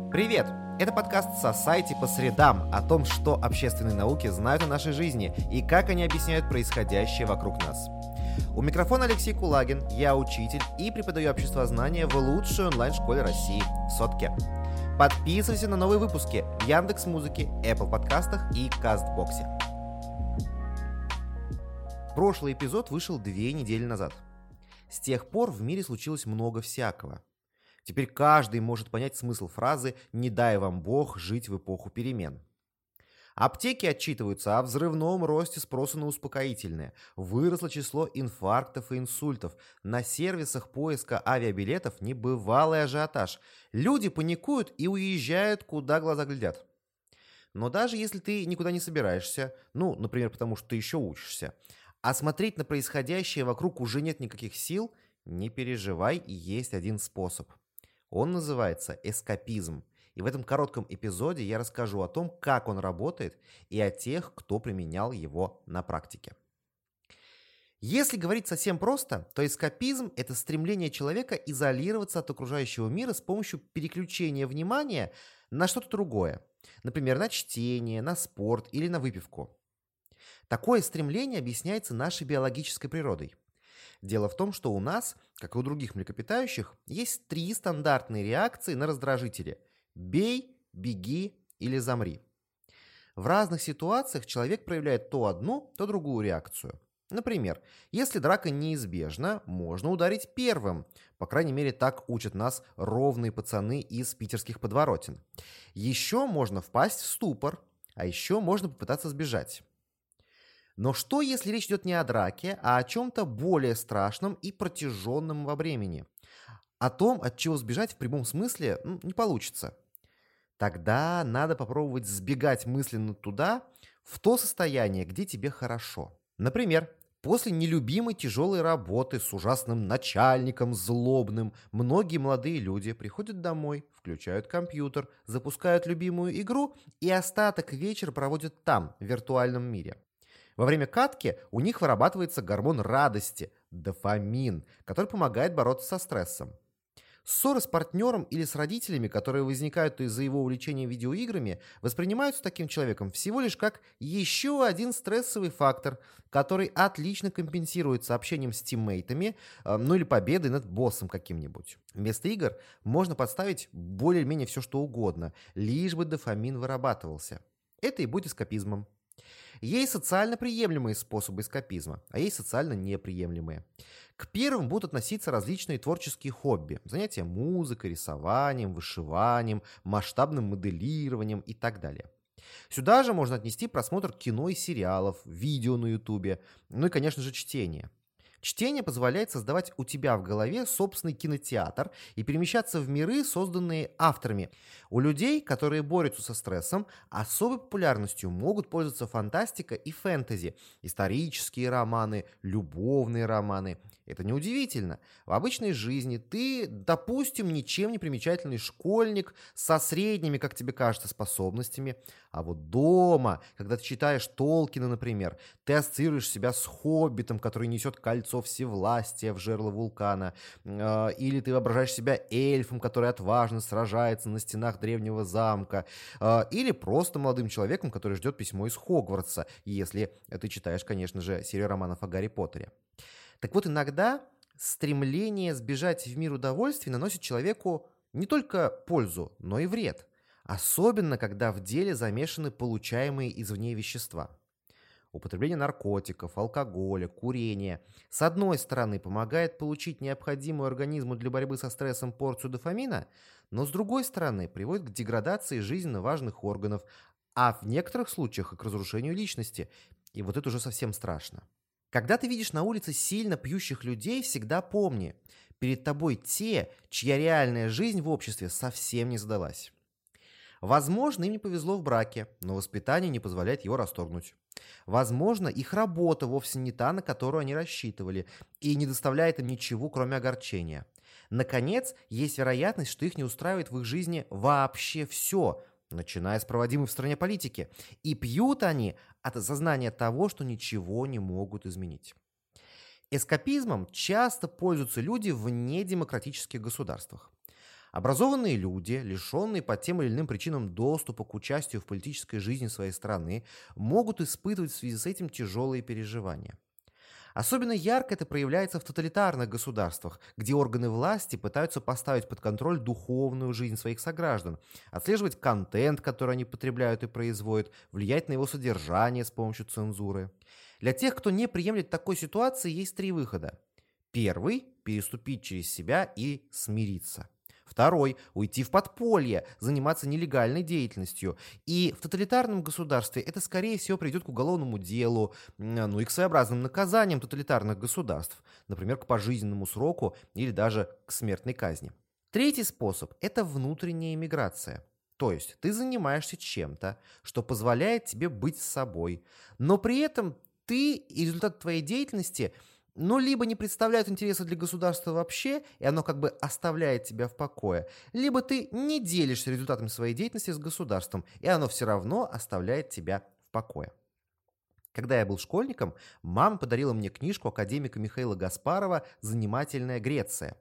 Привет! Это подкаст Society по средам о том, что общественные науки знают о нашей жизни и как они объясняют происходящее вокруг нас. У микрофона Алексей Кулагин, я учитель и преподаю обществознание в лучшей онлайн-школе России в Сотке. Подписывайся на новые выпуски в Яндекс.Музыке, Apple подкастах и Кастбоксе. Прошлый эпизод вышел 2 недели назад. С тех пор в мире случилось много всякого. Теперь каждый может понять смысл фразы «не дай вам Бог жить в эпоху перемен». Аптеки отчитываются о взрывном росте спроса на успокоительные. Выросло число инфарктов и инсультов. На сервисах поиска авиабилетов небывалый ажиотаж. Люди паникуют и уезжают, куда глаза глядят. Но даже если ты никуда не собираешься, например, потому что ты еще учишься, а смотреть на происходящее вокруг уже нет никаких сил, не переживай, есть один способ. Он называется эскапизм. И в этом коротком эпизоде я расскажу о том, как он работает, и о тех, кто применял его на практике. Если говорить совсем просто, то эскапизм – это стремление человека изолироваться от окружающего мира с помощью переключения внимания на что-то другое. Например, на чтение, на спорт или на выпивку. Такое стремление объясняется нашей биологической природой. Дело в том, что у нас, как и у других млекопитающих, есть 3 стандартные реакции на раздражители – бей, беги или замри. В разных ситуациях человек проявляет то одну, то другую реакцию. Например, если драка неизбежна, можно ударить первым. По крайней мере, так учат нас ровные пацаны из питерских подворотен. Еще можно впасть в ступор, а еще можно попытаться сбежать. Но что, если речь идет не о драке, а о чем-то более страшном и протяженном во времени? О том, от чего сбежать в прямом смысле не получится. Тогда надо попробовать сбегать мысленно туда, в то состояние, где тебе хорошо. Например, после нелюбимой тяжелой работы с ужасным начальником, злобным, многие молодые люди приходят домой, включают компьютер, запускают любимую игру и остаток вечера проводят там, в виртуальном мире. Во время катки у них вырабатывается гормон радости – дофамин, который помогает бороться со стрессом. Ссоры с партнером или с родителями, которые возникают из-за его увлечения видеоиграми, воспринимаются таким человеком всего лишь как еще один стрессовый фактор, который отлично компенсируется общением с тиммейтами, или победой над боссом каким-нибудь. Вместо игр можно подставить более-менее все что угодно, лишь бы дофамин вырабатывался. Это и будет эскапизмом. Есть социально приемлемые способы эскапизма, а есть социально неприемлемые. К первым будут относиться различные творческие хобби, занятия музыкой, рисованием, вышиванием, масштабным моделированием и так далее. Сюда же можно отнести просмотр кино и сериалов, видео на ютубе, и, конечно же, чтение. Чтение позволяет создавать у тебя в голове собственный кинотеатр и перемещаться в миры, созданные авторами. У людей, которые борются со стрессом, особой популярностью могут пользоваться фантастика и фэнтези, исторические романы, любовные романы. Это неудивительно. В обычной жизни ты, допустим, ничем не примечательный школьник со средними, как тебе кажется, способностями. А вот дома, когда ты читаешь Толкина, например, ты ассоциируешь себя с хоббитом, который несет кольцо всевластия в жерло вулкана. Или ты воображаешь себя эльфом, который отважно сражается на стенах древнего замка. Или просто молодым человеком, который ждет письмо из Хогвартса, если ты читаешь, конечно же, серию романов о Гарри Поттере. Так вот, иногда стремление сбежать в мир удовольствий наносит человеку не только пользу, но и вред. Особенно, когда в деле замешаны получаемые извне вещества. Употребление наркотиков, алкоголя, курение с одной стороны помогает получить необходимую организму для борьбы со стрессом порцию дофамина, но с другой стороны приводит к деградации жизненно важных органов, а в некоторых случаях и к разрушению личности. И вот это уже совсем страшно. Когда ты видишь на улице сильно пьющих людей, всегда помни, перед тобой те, чья реальная жизнь в обществе совсем не задалась. Возможно, им не повезло в браке, но воспитание не позволяет его расторгнуть. Возможно, их работа вовсе не та, на которую они рассчитывали, и не доставляет им ничего, кроме огорчения. Наконец, есть вероятность, что их не устраивает в их жизни вообще все, начиная с проводимой в стране политики, и пьют они от осознания того, что ничего не могут изменить. Эскапизмом часто пользуются люди в недемократических государствах. Образованные люди, лишенные по тем или иным причинам доступа к участию в политической жизни своей страны, могут испытывать в связи с этим тяжелые переживания. Особенно ярко это проявляется в тоталитарных государствах, где органы власти пытаются поставить под контроль духовную жизнь своих сограждан, отслеживать контент, который они потребляют и производят, влиять на его содержание с помощью цензуры. Для тех, кто не приемлет такой ситуации, есть три выхода. Первый – переступить через себя и смириться. Второй – уйти в подполье, заниматься нелегальной деятельностью. И в тоталитарном государстве это, скорее всего, приведет к уголовному делу, ну и к своеобразным наказаниям тоталитарных государств, например, к пожизненному сроку или даже к смертной казни. Третий способ – это внутренняя эмиграция. То есть ты занимаешься чем-то, что позволяет тебе быть с собой, но при этом ты и результат твоей деятельности либо не представляют интереса для государства вообще, и оно как бы оставляет тебя в покое, либо ты не делишься результатами своей деятельности с государством, и оно все равно оставляет тебя в покое. Когда я был школьником, мама подарила мне книжку академика Михаила Гаспарова «Занимательная Греция».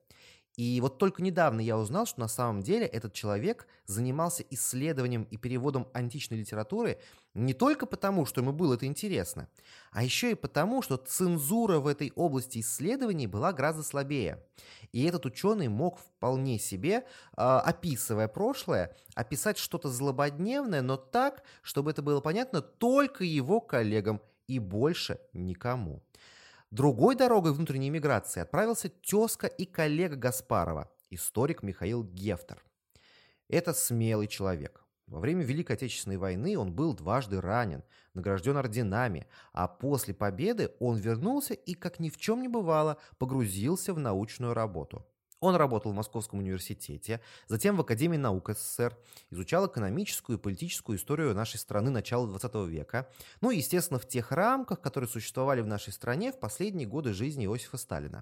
И вот только недавно я узнал, что на самом деле этот человек занимался исследованием и переводом античной литературы не только потому, что ему было это интересно, а еще и потому, что цензура в этой области исследований была гораздо слабее. И этот ученый мог вполне себе, описывая прошлое, описать что-то злободневное, но так, чтобы это было понятно только его коллегам и больше никому. Другой дорогой внутренней миграции отправился тезка и коллега Гаспарова, историк Михаил Гефтер. Это смелый человек. Во время Великой Отечественной войны он был дважды ранен, награжден орденами, а после победы он вернулся и, как ни в чем не бывало, погрузился в научную работу. Он работал в Московском университете, затем в Академии наук СССР, изучал экономическую и политическую историю нашей страны начала XX века, ну и, естественно, в тех рамках, которые существовали в нашей стране в последние годы жизни Иосифа Сталина.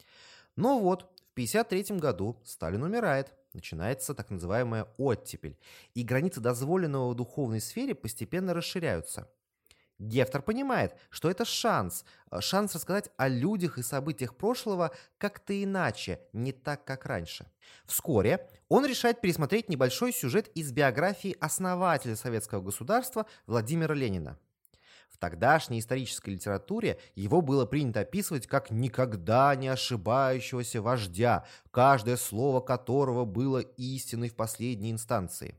Но вот, в 1953 году Сталин умирает, начинается так называемая оттепель, и границы дозволенного в духовной сфере постепенно расширяются. Гефтер понимает, что это шанс рассказать о людях и событиях прошлого как-то иначе, не так, как раньше. Вскоре он решает пересмотреть небольшой сюжет из биографии основателя советского государства Владимира Ленина. В тогдашней исторической литературе его было принято описывать как никогда не ошибающегося вождя, каждое слово которого было истиной в последней инстанции.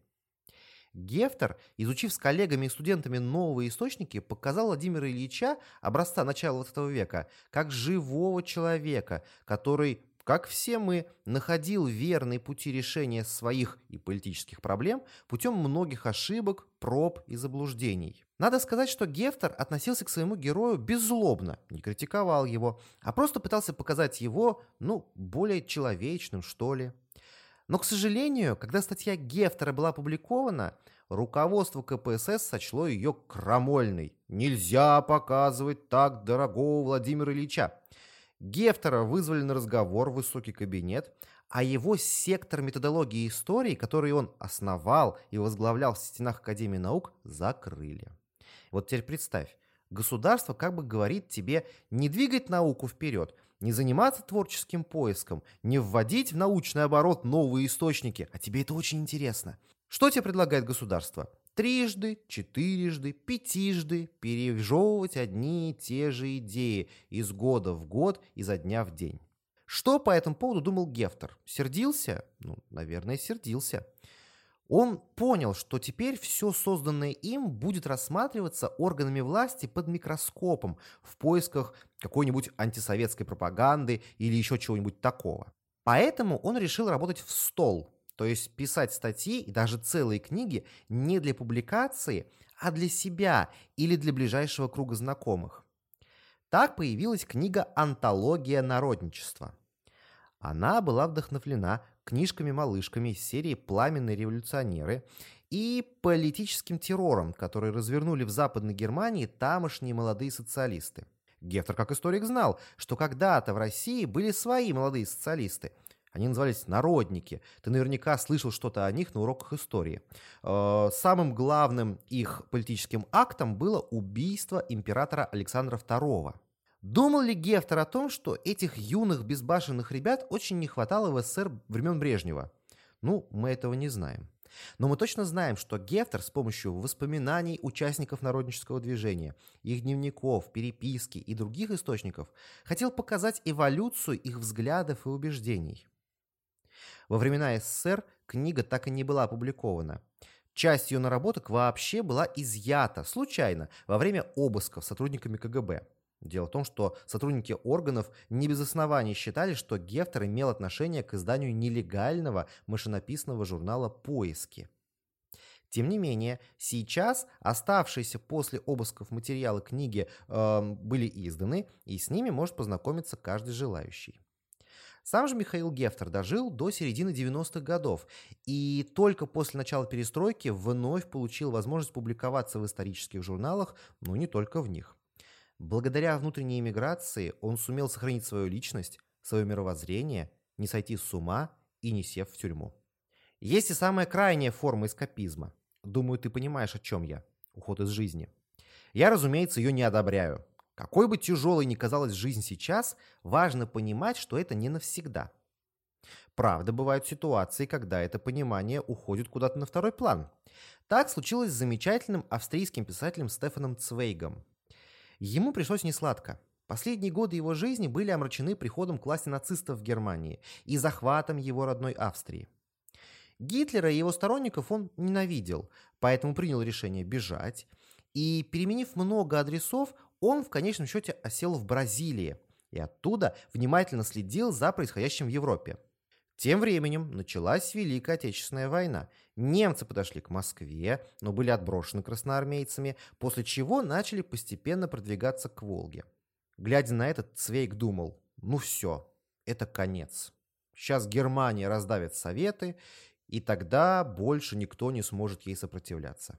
Гефтер, изучив с коллегами и студентами новые источники, показал Владимира Ильича образца начала XX века как живого человека, который, как все мы, находил верные пути решения своих и политических проблем путем многих ошибок, проб и заблуждений. Надо сказать, что Гефтер относился к своему герою беззлобно, не критиковал его, а просто пытался показать его, более человечным, что ли. Но, к сожалению, когда статья Гефтера была опубликована, руководство КПСС сочло ее крамольной. Нельзя показывать так дорогого Владимира Ильича. Гефтера вызвали на разговор в высокий кабинет, а его сектор методологии и истории, который он основал и возглавлял в стенах Академии наук, закрыли. Вот теперь представь, государство как бы говорит тебе не двигать науку вперед, не заниматься творческим поиском, не вводить в научный оборот новые источники, а тебе это очень интересно. Что тебе предлагает государство? Трижды, четырежды, пятижды пережевывать одни и те же идеи из года в год, изо дня в день. Что по этому поводу думал Гефтер? Сердился? Наверное, сердился. Он понял, что теперь все созданное им будет рассматриваться органами власти под микроскопом в поисках какой-нибудь антисоветской пропаганды или еще чего-нибудь такого. Поэтому он решил работать в стол, то есть писать статьи и даже целые книги не для публикации, а для себя или для ближайшего круга знакомых. Так появилась книга «Антология народничества». Она была вдохновлена книжками-малышками из серии «Пламенные революционеры» и политическим террором, который развернули в Западной Германии тамошние молодые социалисты. Гефтер, как историк, знал, что когда-то в России были свои молодые социалисты. Они назывались народники. Ты наверняка слышал что-то о них на уроках истории. Самым главным их политическим актом было убийство императора Александра II. Думал ли Гефтер о том, что этих юных безбашенных ребят очень не хватало в СССР времен Брежнева? Ну, мы этого не знаем. Но мы точно знаем, что Гефтер с помощью воспоминаний участников народнического движения, их дневников, переписки и других источников хотел показать эволюцию их взглядов и убеждений. Во времена СССР книга так и не была опубликована. Часть ее наработок вообще была изъята случайно во время обысков сотрудниками КГБ. Дело в том, что сотрудники органов не без оснований считали, что Гефтер имел отношение к изданию нелегального машинописного журнала «Поиски». Тем не менее, сейчас оставшиеся после обысков материалы книги были изданы, и с ними может познакомиться каждый желающий. Сам же Михаил Гефтер дожил до середины 90-х годов и только после начала перестройки вновь получил возможность публиковаться в исторических журналах, но не только в них. Благодаря внутренней эмиграции он сумел сохранить свою личность, свое мировоззрение, не сойти с ума и не сев в тюрьму. Есть и самая крайняя форма эскапизма. Думаю, ты понимаешь, о чем я. Уход из жизни. Я, разумеется, ее не одобряю. Какой бы тяжелой ни казалась жизнь сейчас, важно понимать, что это не навсегда. Правда, бывают ситуации, когда это понимание уходит куда-то на второй план. Так случилось с замечательным австрийским писателем Стефаном Цвейгом. Ему пришлось несладко. Последние годы его жизни были омрачены приходом к власти нацистов в Германии и захватом его родной Австрии. Гитлера и его сторонников он ненавидел, поэтому принял решение бежать, и, переменив много адресов, он в конечном счете осел в Бразилии и оттуда внимательно следил за происходящим в Европе. Тем временем началась Великая Отечественная война. Немцы подошли к Москве, но были отброшены красноармейцами, после чего начали постепенно продвигаться к Волге. Глядя на это, Цвейг думал: ну все, это конец. Сейчас Германия раздавит Советы, и тогда больше никто не сможет ей сопротивляться.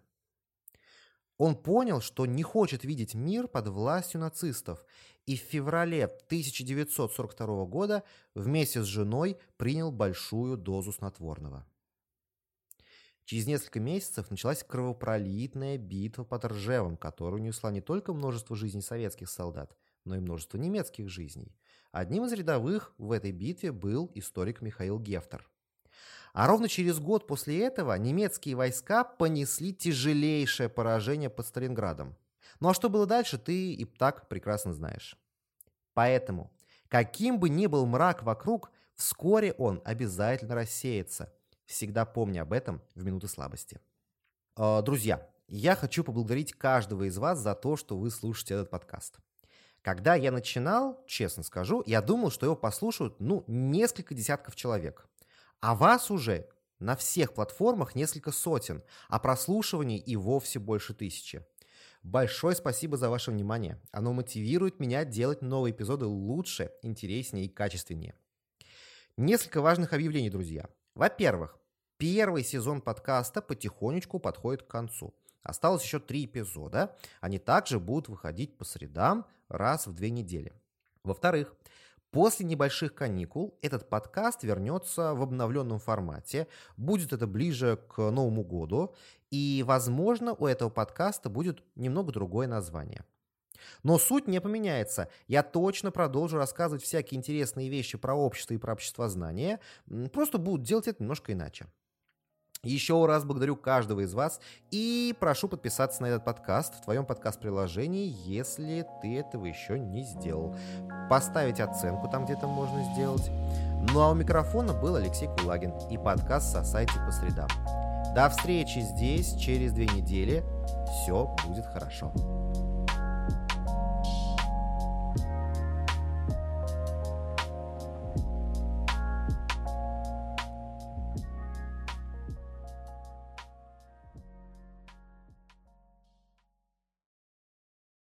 Он понял, что не хочет видеть мир под властью нацистов, и в феврале 1942 года вместе с женой принял большую дозу снотворного. Через несколько месяцев началась кровопролитная битва под Ржевом, которая унесла не только множество жизней советских солдат, но и множество немецких жизней. Одним из рядовых в этой битве был историк Михаил Гефтер. А ровно через год после этого немецкие войска понесли тяжелейшее поражение под Сталинградом. Ну а что было дальше, ты и так прекрасно знаешь. Поэтому, каким бы ни был мрак вокруг, вскоре он обязательно рассеется. Всегда помни об этом в минуты слабости. Друзья, я хочу поблагодарить каждого из вас за то, что вы слушаете этот подкаст. Когда я начинал, честно скажу, я думал, что его послушают, несколько десятков человек. А вас уже на всех платформах несколько сотен, а прослушиваний и вовсе больше 1000. Большое спасибо за ваше внимание. Оно мотивирует меня делать новые эпизоды лучше, интереснее и качественнее. Несколько важных объявлений, друзья. Во-первых, первый сезон подкаста потихонечку подходит к концу. Осталось еще 3 эпизода. Они также будут выходить по средам раз в 2 недели. Во-вторых, после небольших каникул этот подкаст вернется в обновленном формате. Будет это ближе к Новому году. И, возможно, у этого подкаста будет немного другое название. Но суть не поменяется. Я точно продолжу рассказывать всякие интересные вещи про общество и про обществознание. Просто буду делать это немножко иначе. Еще раз благодарю каждого из вас и прошу подписаться на этот подкаст в твоем подкаст-приложении, если ты этого еще не сделал. Поставить оценку там, где это можно сделать. Ну а у микрофона был Алексей Кулагин и подкаст «Сосайте по средам». До встречи здесь через 2 недели. Все будет хорошо.